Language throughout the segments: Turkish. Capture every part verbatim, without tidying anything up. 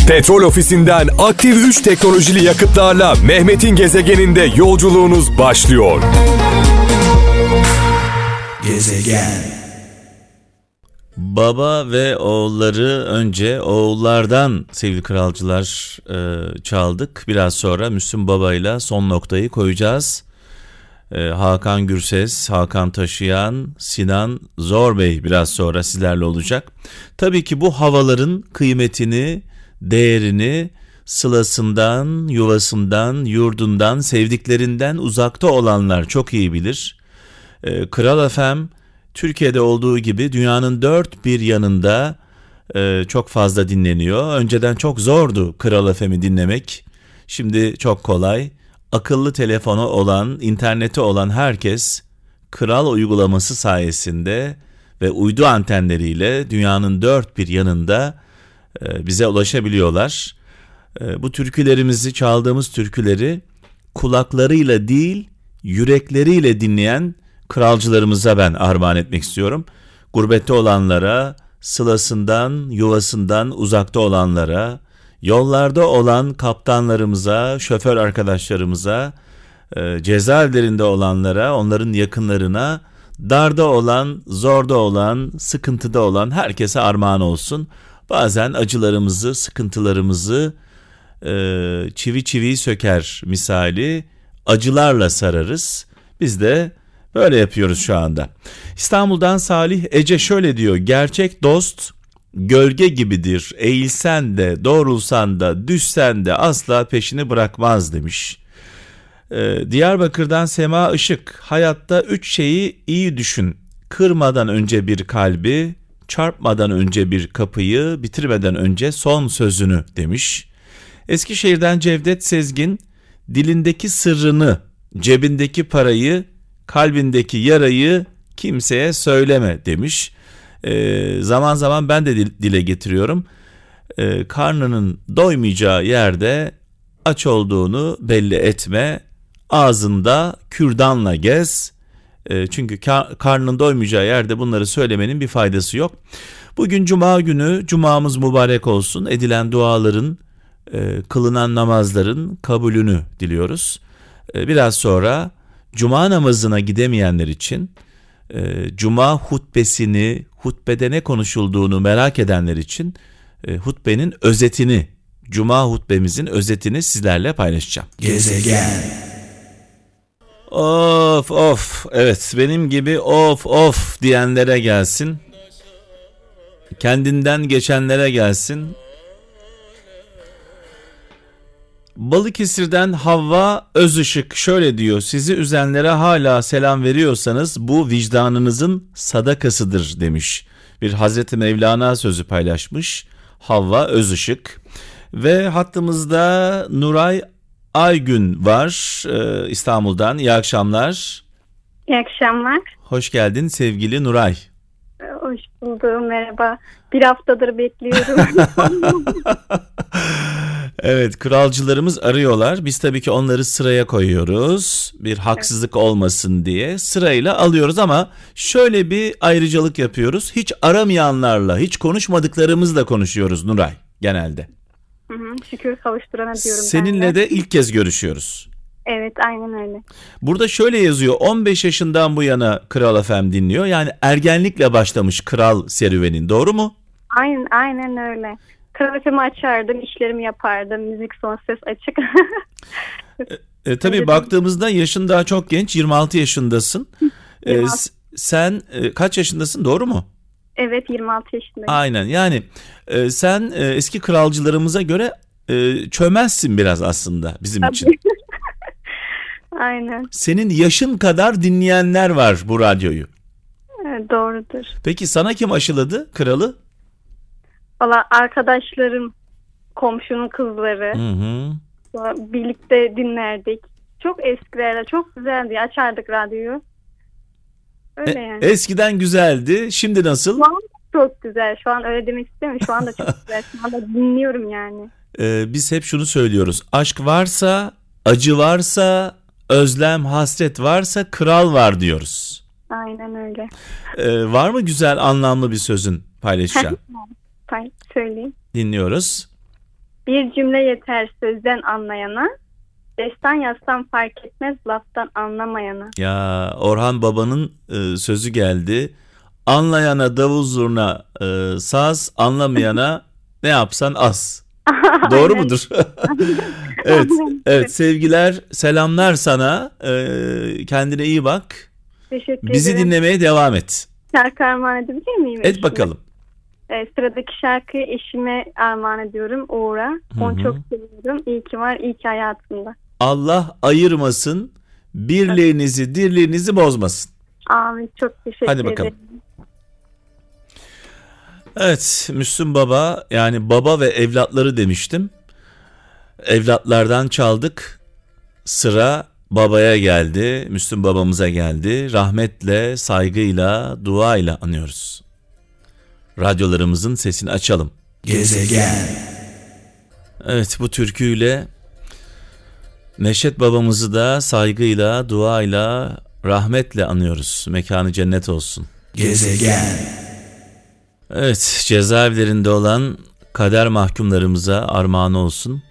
Petrol Ofisi'nden aktif üç teknolojili yakıtlarla Mehmet'in gezegeninde yolculuğunuz başlıyor. Gezegen. Baba ve oğulları önce oğullardan sevgili kralcılar e, çaldık. Biraz sonra Müslüm Baba'yla son noktayı koyacağız. E, Hakan Gürses, Hakan Taşıyan, Sinan Zor Bey biraz sonra sizlerle olacak. Tabii ki bu havaların kıymetini, değerini sılasından, yuvasından, yurdundan, sevdiklerinden uzakta olanlar çok iyi bilir. E, Kral F M Türkiye'de olduğu gibi dünyanın dört bir yanında e, çok fazla dinleniyor. Önceden çok zordu Kral F M'i dinlemek. Şimdi çok kolay. Akıllı telefonu olan, interneti olan herkes Kral uygulaması sayesinde ve uydu antenleriyle dünyanın dört bir yanında e, bize ulaşabiliyorlar. E, bu türkülerimizi, çaldığımız türküleri kulaklarıyla değil, yürekleriyle dinleyen kralcılarımıza ben armağan etmek istiyorum. Gurbette olanlara, sılasından, yuvasından uzakta olanlara, yollarda olan kaptanlarımıza, şoför arkadaşlarımıza, e, cezaevlerinde olanlara, onların yakınlarına, darda olan, zorda olan, sıkıntıda olan herkese armağan olsun. Bazen acılarımızı, sıkıntılarımızı e, çivi çiviyi söker misali acılarla sararız. Biz de böyle yapıyoruz şu anda. İstanbul'dan Salih Ece şöyle diyor. Gerçek dost gölge gibidir. Eğilsen de, doğrulsan da, düşsen de asla peşini bırakmaz demiş. Ee, Diyarbakır'dan Sema Işık. Hayatta üç şeyi iyi düşün. Kırmadan önce bir kalbi, çarpmadan önce bir kapıyı, bitirmeden önce son sözünü demiş. Eskişehir'den Cevdet Sezgin. Dilindeki sırrını, cebindeki parayı, kalbindeki yarayı kimseye söyleme demiş. Ee, zaman zaman ben de dile getiriyorum. Ee, karnının doymayacağı yerde aç olduğunu belli etme. Ağzında kürdanla gez. Ee, çünkü kar, karnının doymayacağı yerde bunları söylemenin bir faydası yok. Bugün Cuma günü, Cumamız mübarek olsun. Edilen duaların, e, kılınan namazların kabulünü diliyoruz. Ee, biraz sonra Cuma namazına gidemeyenler için e, Cuma hutbesini, hutbede ne konuşulduğunu merak edenler için e, hutbenin özetini, Cuma hutbemizin özetini sizlerle paylaşacağım. Gezegen. Of of, evet benim gibi of of diyenlere gelsin, kendinden geçenlere gelsin. Balıkesir'den Havva Özışık şöyle diyor. Sizi üzenlere hala selam veriyorsanız bu vicdanınızın sadakasıdır demiş. Bir Hazreti Mevlana sözü paylaşmış Havva Özışık. Ve hattımızda Nuray Aygün var e, İstanbul'dan. İyi akşamlar. İyi akşamlar. Hoş geldin sevgili Nuray. Hoş buldum, merhaba. Bir haftadır bekliyorum. Evet, kralcılarımız arıyorlar. Biz tabii ki onları sıraya koyuyoruz. Bir haksızlık olmasın diye sırayla alıyoruz ama şöyle bir ayrıcalık yapıyoruz. Hiç aramayanlarla, hiç konuşmadıklarımızla konuşuyoruz Nuray genelde. Hı hı, şükür kavuşturana diyorum. Seninle de. de ilk kez görüşüyoruz. Evet, aynen öyle. Burada şöyle yazıyor. on beş yaşından bu yana Kral F M dinliyor. Yani ergenlikle başlamış kral serüvenin, doğru mu? Aynen, aynen öyle. Kral F M'i açardım, işlerimi yapardım. Müzik son ses açık. e, e, tabii baktığımızda yaşın daha çok genç. yirmi altı yaşındasın. E, sen e, kaç yaşındasın, doğru mu? Evet, yirmi altı yaşındayım. Aynen, yani e, sen e, eski kralcılarımıza göre e, çömezsin biraz aslında bizim Tabii. için. Aynen. Senin yaşın kadar dinleyenler var bu radyoyu. Evet, doğrudur. Peki sana kim aşıladı kralı? Valla arkadaşlarım, komşunun kızları. Hı hı. Birlikte dinlerdik. Çok eskilerde çok güzeldi. Açardık radyoyu. Öyle E, yani. Eskiden güzeldi. Şimdi nasıl? Şu an çok güzel. Şu an öyle demek istemiyorum. Şu anda çok güzel. Şu anda dinliyorum yani. Ee, biz hep şunu söylüyoruz. Aşk varsa, acı varsa, özlem, hasret varsa kral var diyoruz. Aynen öyle. Ee, var mı güzel, anlamlı bir sözün paylaşacağım? Söyleyeyim. Dinliyoruz. Bir cümle yeter sözden anlayana, destan yazsam fark etmez laftan anlamayana. Ya Orhan Baba'nın e, sözü geldi. Anlayana davul zurna e, saz, anlamayana ne yapsan az. Doğru mudur? Evet, evet sevgiler, selamlar sana. Ee, kendine iyi bak. Teşekkür Bizi ederim. dinlemeye devam et. Şarkı armağan edebilir miyim? Et eşime? bakalım. Ee, sıradaki şarkıyı eşime armağan ediyorum. Uğur'a. Onu Hı hı. çok seviyorum. İyi ki var, iyi ki hayatımda. Allah ayırmasın, birliğinizi, dirliğinizi bozmasın. Amin. Çok teşekkür Hadi bakalım. ederim. Evet, Müslüm Baba, yani baba ve evlatları demiştim. Evlatlardan çaldık. Sıra babaya geldi. Müslüm babamıza geldi. Rahmetle, saygıyla, duayla anıyoruz. Radyolarımızın sesini açalım. Gezegen. Evet, bu türküyle Neşet babamızı da saygıyla, duayla, rahmetle anıyoruz. Mekanı cennet olsun. Gezegen. Evet, cezaevlerinde olan kader mahkumlarımıza armağan olsun.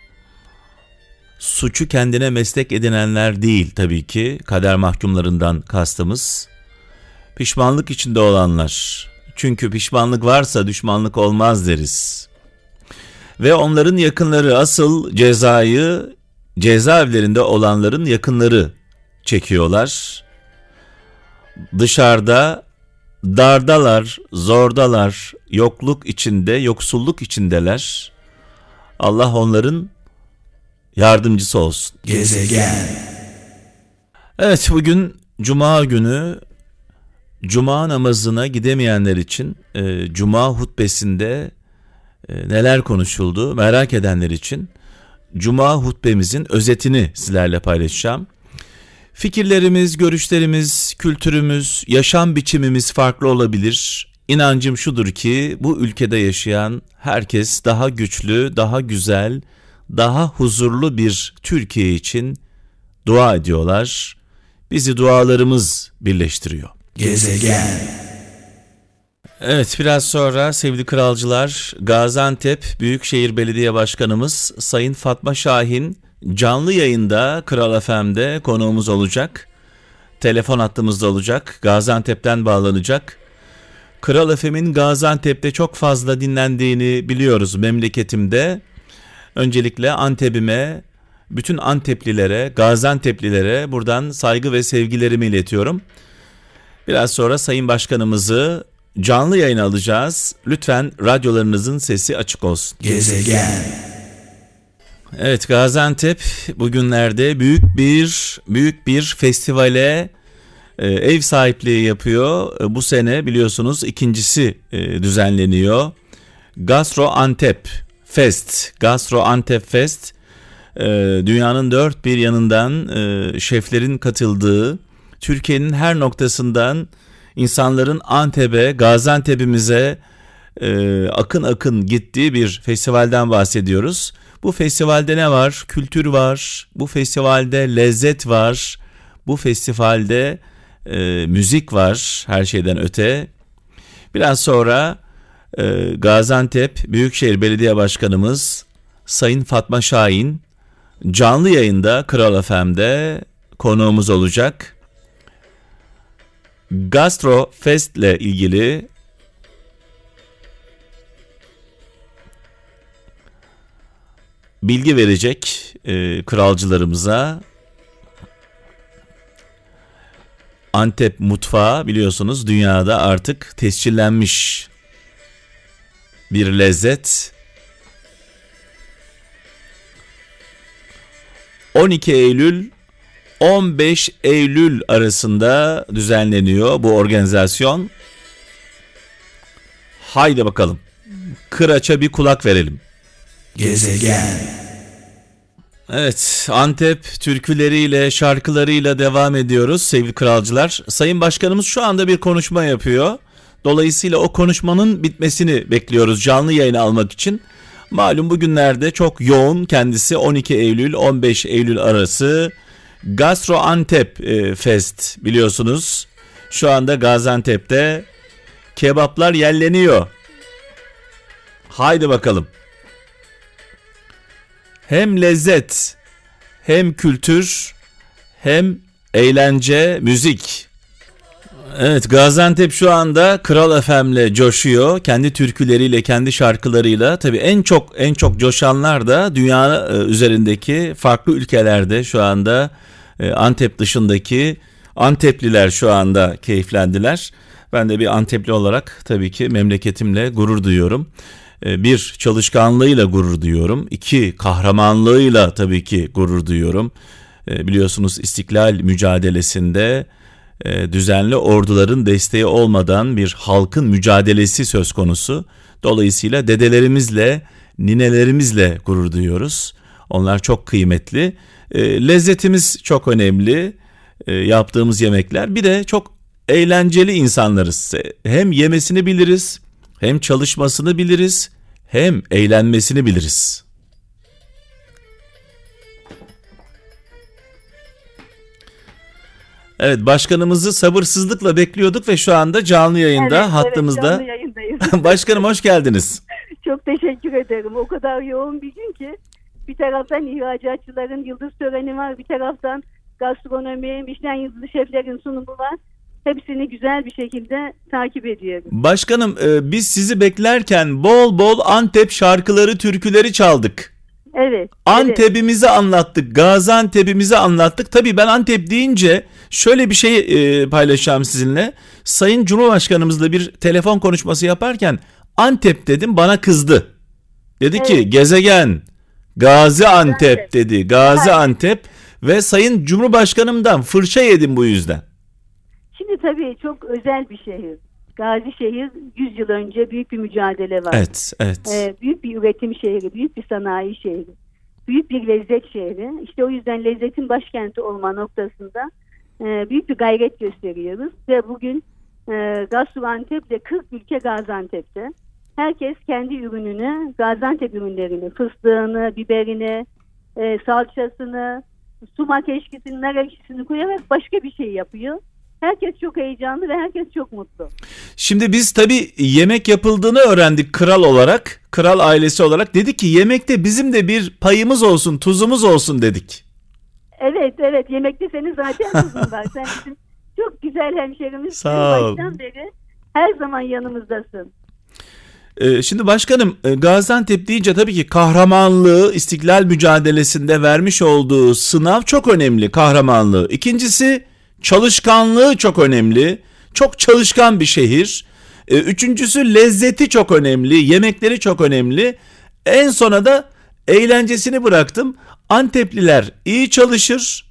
Suçu kendine meslek edinenler değil tabii ki, kader mahkumlarından kastımız. Pişmanlık içinde olanlar. Çünkü pişmanlık varsa düşmanlık olmaz deriz. Ve onların yakınları, asıl cezayı cezaevlerinde olanların yakınları çekiyorlar. Dışarıda dardalar, zordalar, yokluk içinde, yoksulluk içindeler. Allah onların yardımcısı olsun. Gezegen. Evet, bugün Cuma günü. Cuma namazına gidemeyenler için e, Cuma hutbesinde e, neler konuşuldu merak edenler için Cuma hutbemizin özetini sizlerle paylaşacağım. Fikirlerimiz, görüşlerimiz, kültürümüz, yaşam biçimimiz farklı olabilir. İnancım şudur ki bu ülkede yaşayan herkes daha güçlü, daha güzel, daha huzurlu bir Türkiye için dua ediyorlar. Bizi dualarımız birleştiriyor. Gezegen. Evet, biraz sonra sevgili kralcılar, Gaziantep Büyükşehir Belediye Başkanımız Sayın Fatma Şahin canlı yayında Kral F M'de konuğumuz olacak. Telefon hattımızda olacak. Gaziantep'ten bağlanacak. Kral F M'in Gaziantep'te çok fazla dinlendiğini biliyoruz memleketimde. Öncelikle Antep'ime, bütün Anteplilere, Gaziantep'lilere buradan saygı ve sevgilerimi iletiyorum. Biraz sonra Sayın Başkanımızı canlı yayına alacağız. Lütfen radyolarınızın sesi açık olsun. Gezegen. Evet, Gaziantep bugünlerde büyük bir büyük bir festivale e, ev sahipliği yapıyor. E, bu sene biliyorsunuz ikincisi e, düzenleniyor. Gastro Antep Fest. Gastro Antep Fest. E, dünyanın dört bir yanından e, şeflerin katıldığı, Türkiye'nin her noktasından insanların Antep'e, Gaziantep'imize e, akın akın gittiği bir festivalden bahsediyoruz. Bu festivalde ne var? Kültür var. Bu festivalde lezzet var. Bu festivalde e, müzik var her şeyden öte. Biraz sonra e, Gaziantep Büyükşehir Belediye Başkanımız Sayın Fatma Şahin canlı yayında Kral F M'de konuğumuz olacak. Gastro Fest ile ilgili bilgi verecek e, kralcılarımıza. Antep mutfağı biliyorsunuz dünyada artık tescillenmiş bir lezzet. on iki Eylül on beş Eylül arasında düzenleniyor bu organizasyon. Haydi bakalım. Kıraç'a bir kulak verelim. Gezegen. Evet, Antep türküleriyle, şarkılarıyla devam ediyoruz sevgili kralcılar. Sayın Başkanımız şu anda bir konuşma yapıyor. Dolayısıyla o konuşmanın bitmesini bekliyoruz canlı yayına almak için. Malum bugünlerde çok yoğun kendisi. on iki Eylül on beş Eylül arası Gastro Antep Fest biliyorsunuz. Şu anda Gaziantep'te kebaplar yelleniyor. Haydi bakalım. hem lezzet, hem kültür, hem eğlence, müzik. Evet, Gaziantep şu anda Kral F M'le coşuyor. Kendi türküleriyle, kendi şarkılarıyla. Tabii en çok en çok coşanlar da dünya üzerindeki farklı ülkelerde şu anda Antep dışındaki Antepliler şu anda keyiflendiler. Ben de bir Antepli olarak tabii ki memleketimle gurur duyuyorum. Bir, çalışkanlığıyla gurur duyuyorum. İki, kahramanlığıyla tabii ki gurur duyuyorum. Biliyorsunuz İstiklal mücadelesinde düzenli orduların desteği olmadan bir halkın mücadelesi söz konusu. Dolayısıyla dedelerimizle, ninelerimizle gurur duyuyoruz. Onlar çok kıymetli. Lezzetimiz çok önemli. Yaptığımız yemekler. Bir de çok eğlenceli insanlarız. Hem yemesini biliriz, hem çalışmasını biliriz, hem eğlenmesini biliriz. Evet, başkanımızı sabırsızlıkla bekliyorduk ve şu anda canlı yayında, evet, hattımızda. Evet, canlı yayındayız. Başkanım hoş geldiniz. Çok teşekkür ederim. O kadar yoğun bir gün ki bir taraftan ihracatçıların yıldız töreni var, bir taraftan gastronomi, Michelin yıldızlı şeflerin sunumu var. Hepsini güzel bir şekilde takip ediyorum. Başkanım, biz sizi beklerken bol bol Antep şarkıları, türküleri çaldık. Evet. Antep'imizi evet. anlattık, Gaziantep'imizi anlattık. Tabii ben Antep deyince şöyle bir şey e, paylaşacağım sizinle. Sayın Cumhurbaşkanımızla bir telefon konuşması yaparken Antep dedim, bana kızdı. Dedi evet. ki gezegen, Gaziantep dedi, Gaziantep ve Sayın Cumhurbaşkanımdan fırça yedim bu yüzden. Şimdi tabii çok özel bir şehir. Gazişehir yüz yıl önce büyük bir mücadele var. Evet, evet. Ee, büyük bir üretim şehri, büyük bir sanayi şehri, büyük bir lezzet şehri. İşte o yüzden lezzetin başkenti olma noktasında e, büyük bir gayret gösteriyoruz. Ve bugün e, Gaziantep'te kırk ülke Gaziantep'te. Herkes kendi ürününü, Gaziantep ürünlerini, fıstığını, biberini, e, salçasını, sumak eşkisini, nar ekşisini koyarak başka bir şey yapıyor. Herkes çok heyecanlı ve herkes çok mutlu. Şimdi biz tabii yemek yapıldığını öğrendik kral olarak, kral ailesi olarak. Dedik ki yemekte bizim de bir payımız olsun, tuzumuz olsun dedik. Evet, evet. Yemekte senin zaten tuzun var. Sen bizim çok güzel hemşerimiz. Sağ ol. Baştan beri her zaman yanımızdasın. Ee, şimdi başkanım, Gaziantep deyince tabii ki kahramanlığı, İstiklal mücadelesinde vermiş olduğu sınav çok önemli, kahramanlığı. İkincisi çalışkanlığı çok önemli. Çok çalışkan bir şehir. Ee, üçüncüsü lezzeti çok önemli. Yemekleri çok önemli. En sona da eğlencesini bıraktım. Antepliler iyi çalışır,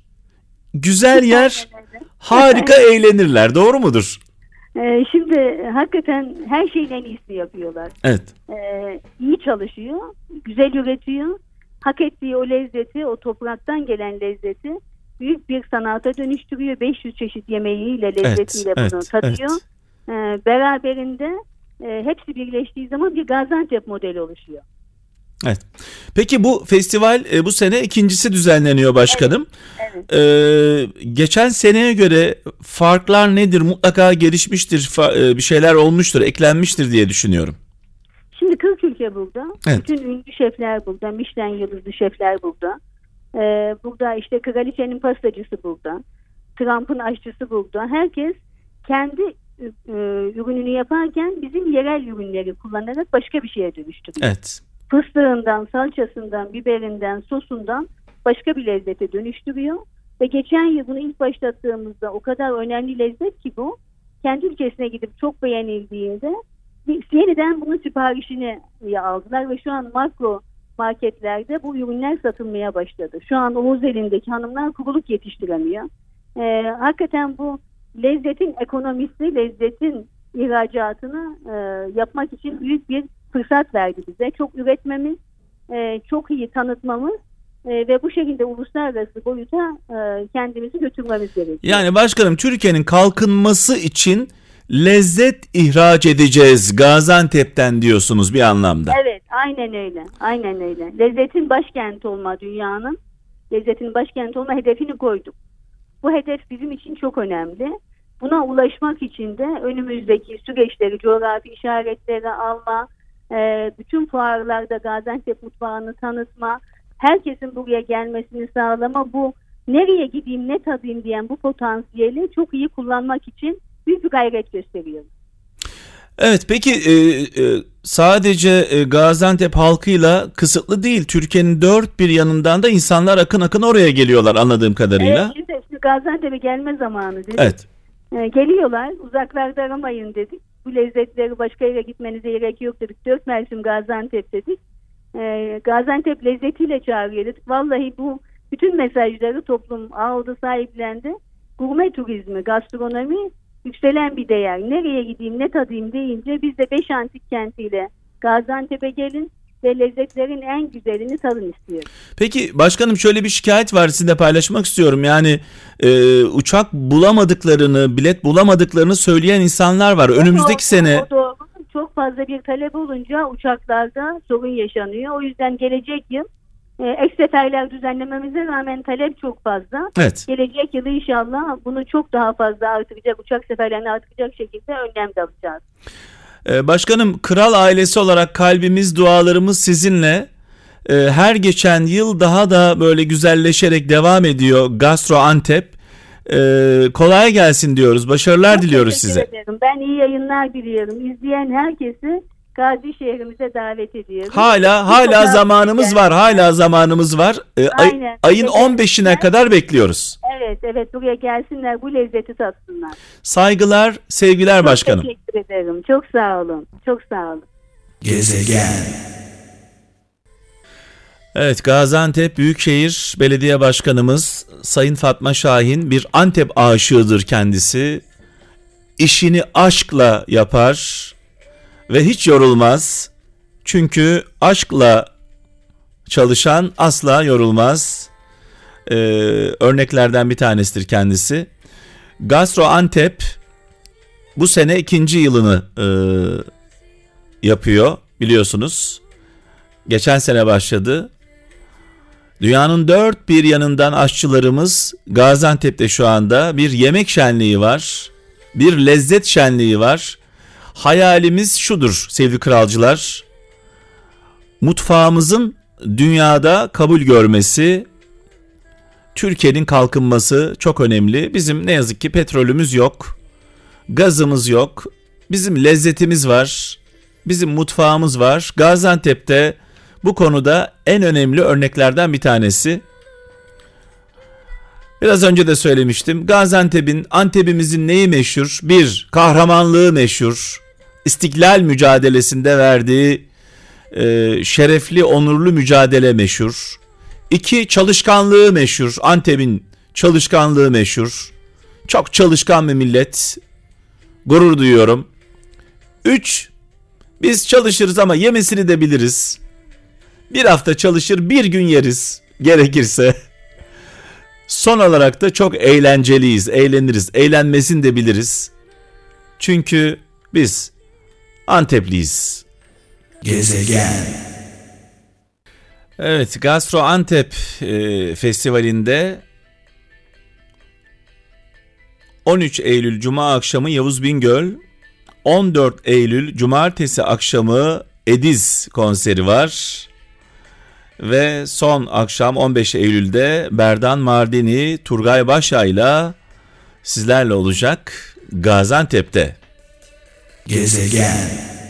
güzel yer, harika eğlenirler. Doğru mudur? Ee, şimdi hakikaten her şeyin en iyisini yapıyorlar. Evet. Ee, iyi çalışıyor, güzel üretiyor. Hak ettiği o lezzeti, o topraktan gelen lezzeti büyük bir sanata dönüştürüyor. beş yüz çeşit yemeğiyle, lezzetiyle evet, bunu evet, tadıyor. Evet. Ee, beraberinde e, hepsi birleştiği zaman bir Gaziantep modeli oluşuyor. Evet. Peki bu festival e, bu sene ikincisi düzenleniyor başkanım. Evet. Evet. Ee, geçen seneye göre farklar nedir? Mutlaka gelişmiştir, fa- e, bir şeyler olmuştur, eklenmiştir diye düşünüyorum. Şimdi kırk ülke burada. Evet. Bütün ünlü şefler burada. Michelin yıldızlı şefler burada. Ee, burada işte kraliçenin pastacısı burada. Trump'ın aşçısı burada. Herkes kendi e, ürününü yaparken bizim yerel ürünleri kullanarak başka bir şeye dönüştürüyor. Evet. Fıstığından, salçasından, biberinden, sosundan başka bir lezzete dönüştürüyor. Ve geçen yıl bunu ilk başlattığımızda o kadar önemli lezzet ki bu. Kendi ülkesine gidip çok beğenildiğinde yeniden bunun siparişini aldılar ve şu an makro marketlerde bu ürünler satılmaya başladı. Şu an Oğuz elindeki hanımlar kuruluk yetiştiremiyor. Ee, hakikaten bu lezzetin ekonomisi, lezzetin ihracatını e, yapmak için büyük bir fırsat verdi bize. Çok üretmemiz, e, çok iyi tanıtmamız e, ve bu şekilde uluslararası boyuta e, kendimizi götürmemiz gerekiyor. Yani başkanım, Türkiye'nin kalkınması için lezzet ihraç edeceğiz Gaziantep'ten diyorsunuz bir anlamda. Evet, aynen öyle. Aynen öyle. Lezzetin başkenti olma, dünyanın lezzetin başkenti olma hedefini koyduk. Bu hedef bizim için çok önemli. Buna ulaşmak için de önümüzdeki süreçleri, coğrafi işaretleri alma, e, bütün fuarlarda Gaziantep mutfağını tanıtma, herkesin buraya gelmesini sağlama, bu nereye gideyim ne tadayım diyen bu potansiyeli çok iyi kullanmak için büyük bir gayret gösteriyoruz. Evet, peki e, e, sadece e, Gaziantep halkıyla kısıtlı değil. Türkiye'nin dört bir yanından da insanlar akın akın oraya geliyorlar anladığım kadarıyla. Evet, şimdi, şimdi Gaziantep'e gelme zamanı dedik. Evet. E, geliyorlar, uzaklarda aramayın dedik. Bu lezzetleri başka yere gitmenize gerek yok dedik. Dört mevsim Gaziantep dedik. E, Gaziantep lezzetiyle çağırıyor dedik. Vallahi bu bütün mesajları toplum aldı, sahiplendi. Gurme turizmi, gastronomi yükselen bir değer. Nereye gideyim, ne tadayım deyince biz de beş antik kentiyle Gaziantep'e gelin ve lezzetlerin en güzelini tadın istiyoruz. Peki başkanım, şöyle bir şikayet var, sizinle paylaşmak istiyorum. Yani e, uçak bulamadıklarını, bilet bulamadıklarını söyleyen insanlar var. Önümüzdeki o, sene... O doğru. Çok fazla bir talep olunca uçaklarda sorun yaşanıyor. O yüzden gelecek yıl e, ek seferler düzenlememize rağmen talep çok fazla. Evet. Gelecek yıl inşallah bunu çok daha fazla artıracak, uçak seferlerini artıracak şekilde önlem de alacağız. Ee, başkanım, kral ailesi olarak kalbimiz, dualarımız sizinle. Ee, her geçen yıl daha da böyle güzelleşerek devam ediyor Gaziantep. Ee, kolay gelsin diyoruz. Başarılar Çok diliyoruz teşekkür size. ederim. Ben iyi yayınlar diliyorum. İzleyen herkesi Gazi şehrimize davet ediyoruz. Hala hala zamanımız var. Hala zamanımız var. Ee, ay- Aynen. ayın on beşine kadar bekliyoruz. Evet, evet, buraya gelsinler, bu lezzeti tatsınlar. Saygılar, sevgiler Çok başkanım. teşekkür ederim. Çok sağ olun. Çok sağ olun. Gezegen. Evet, Gaziantep Büyükşehir Belediye Başkanımız Sayın Fatma Şahin bir Antep aşığıdır kendisi. İşini aşkla yapar ve hiç yorulmaz. Çünkü aşkla çalışan asla yorulmaz. Ee, örneklerden bir tanesidir kendisi. Gaziantep bu sene ikinci yılını e, yapıyor biliyorsunuz. Geçen sene başladı. Dünyanın dört bir yanından aşçılarımız Gaziantep'te şu anda bir yemek şenliği var. Bir lezzet şenliği var. Hayalimiz şudur sevgili kralcılar. Mutfağımızın dünyada kabul görmesi, Türkiye'nin kalkınması çok önemli. Bizim ne yazık ki petrolümüz yok, gazımız yok. Bizim lezzetimiz var, bizim mutfağımız var. Gaziantep'te bu konuda en önemli örneklerden bir tanesi. Biraz önce de söylemiştim. Gaziantep'in, Antep'imizin neyi meşhur? Bir, kahramanlığı meşhur. İstiklal mücadelesinde verdiği e, şerefli, onurlu mücadele meşhur. İki, çalışkanlığı meşhur. Antep'in çalışkanlığı meşhur. Çok çalışkan bir millet. Gurur duyuyorum. Üç, biz çalışırız ama yemesini de biliriz. Bir hafta çalışır, bir gün yeriz gerekirse. Son olarak da çok eğlenceliyiz, eğleniriz, eğlenmesini de biliriz. Çünkü biz Antepliyiz. Gezegen. Evet, Gaziantep e, Festivali'nde on üç Eylül Cuma akşamı Yavuz Bingöl, on dört Eylül Cumartesi akşamı Ediz konseri var. Ve son akşam on beş Eylül'de Berdan Mardini, Turgay Başay'la sizlerle olacak Gaziantep'te. Gezegen.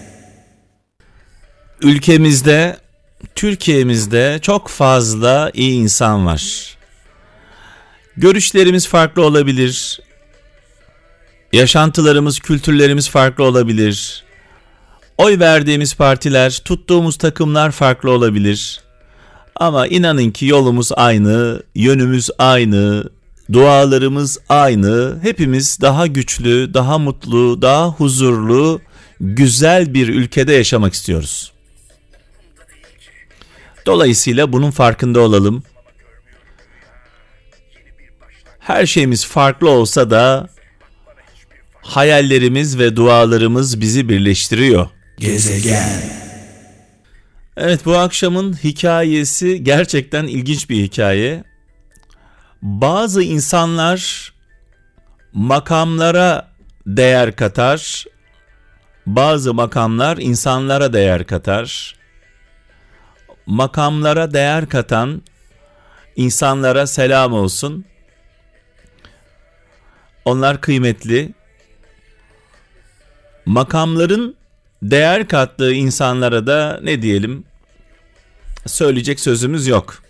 Ülkemizde, Türkiye'mizde çok fazla iyi insan var. Görüşlerimiz farklı olabilir. Yaşantılarımız, kültürlerimiz farklı olabilir. Oy verdiğimiz partiler, tuttuğumuz takımlar farklı olabilir. Ama inanın ki yolumuz aynı, yönümüz aynı, dualarımız aynı. Hepimiz daha güçlü, daha mutlu, daha huzurlu, güzel bir ülkede yaşamak istiyoruz. Dolayısıyla bunun farkında olalım. Her şeyimiz farklı olsa da hayallerimiz ve dualarımız bizi birleştiriyor. Gezegen. Evet, bu akşamın hikayesi gerçekten ilginç bir hikaye. Bazı insanlar makamlara değer katar, bazı makamlar insanlara değer katar. makamlara değer katan insanlara selam olsun. Onlar kıymetli. Makamların değer kattığı insanlara da ne diyelim? Söyleyecek sözümüz yok.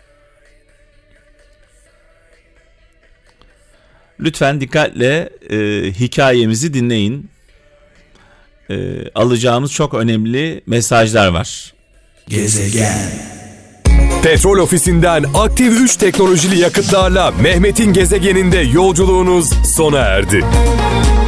Lütfen dikkatle e, hikayemizi dinleyin. E, alacağımız çok önemli mesajlar var. Gezegen. Petrol Ofisi'nden aktif üç teknolojili yakıtlarla Mehmet'in gezegeninde yolculuğunuz sona erdi.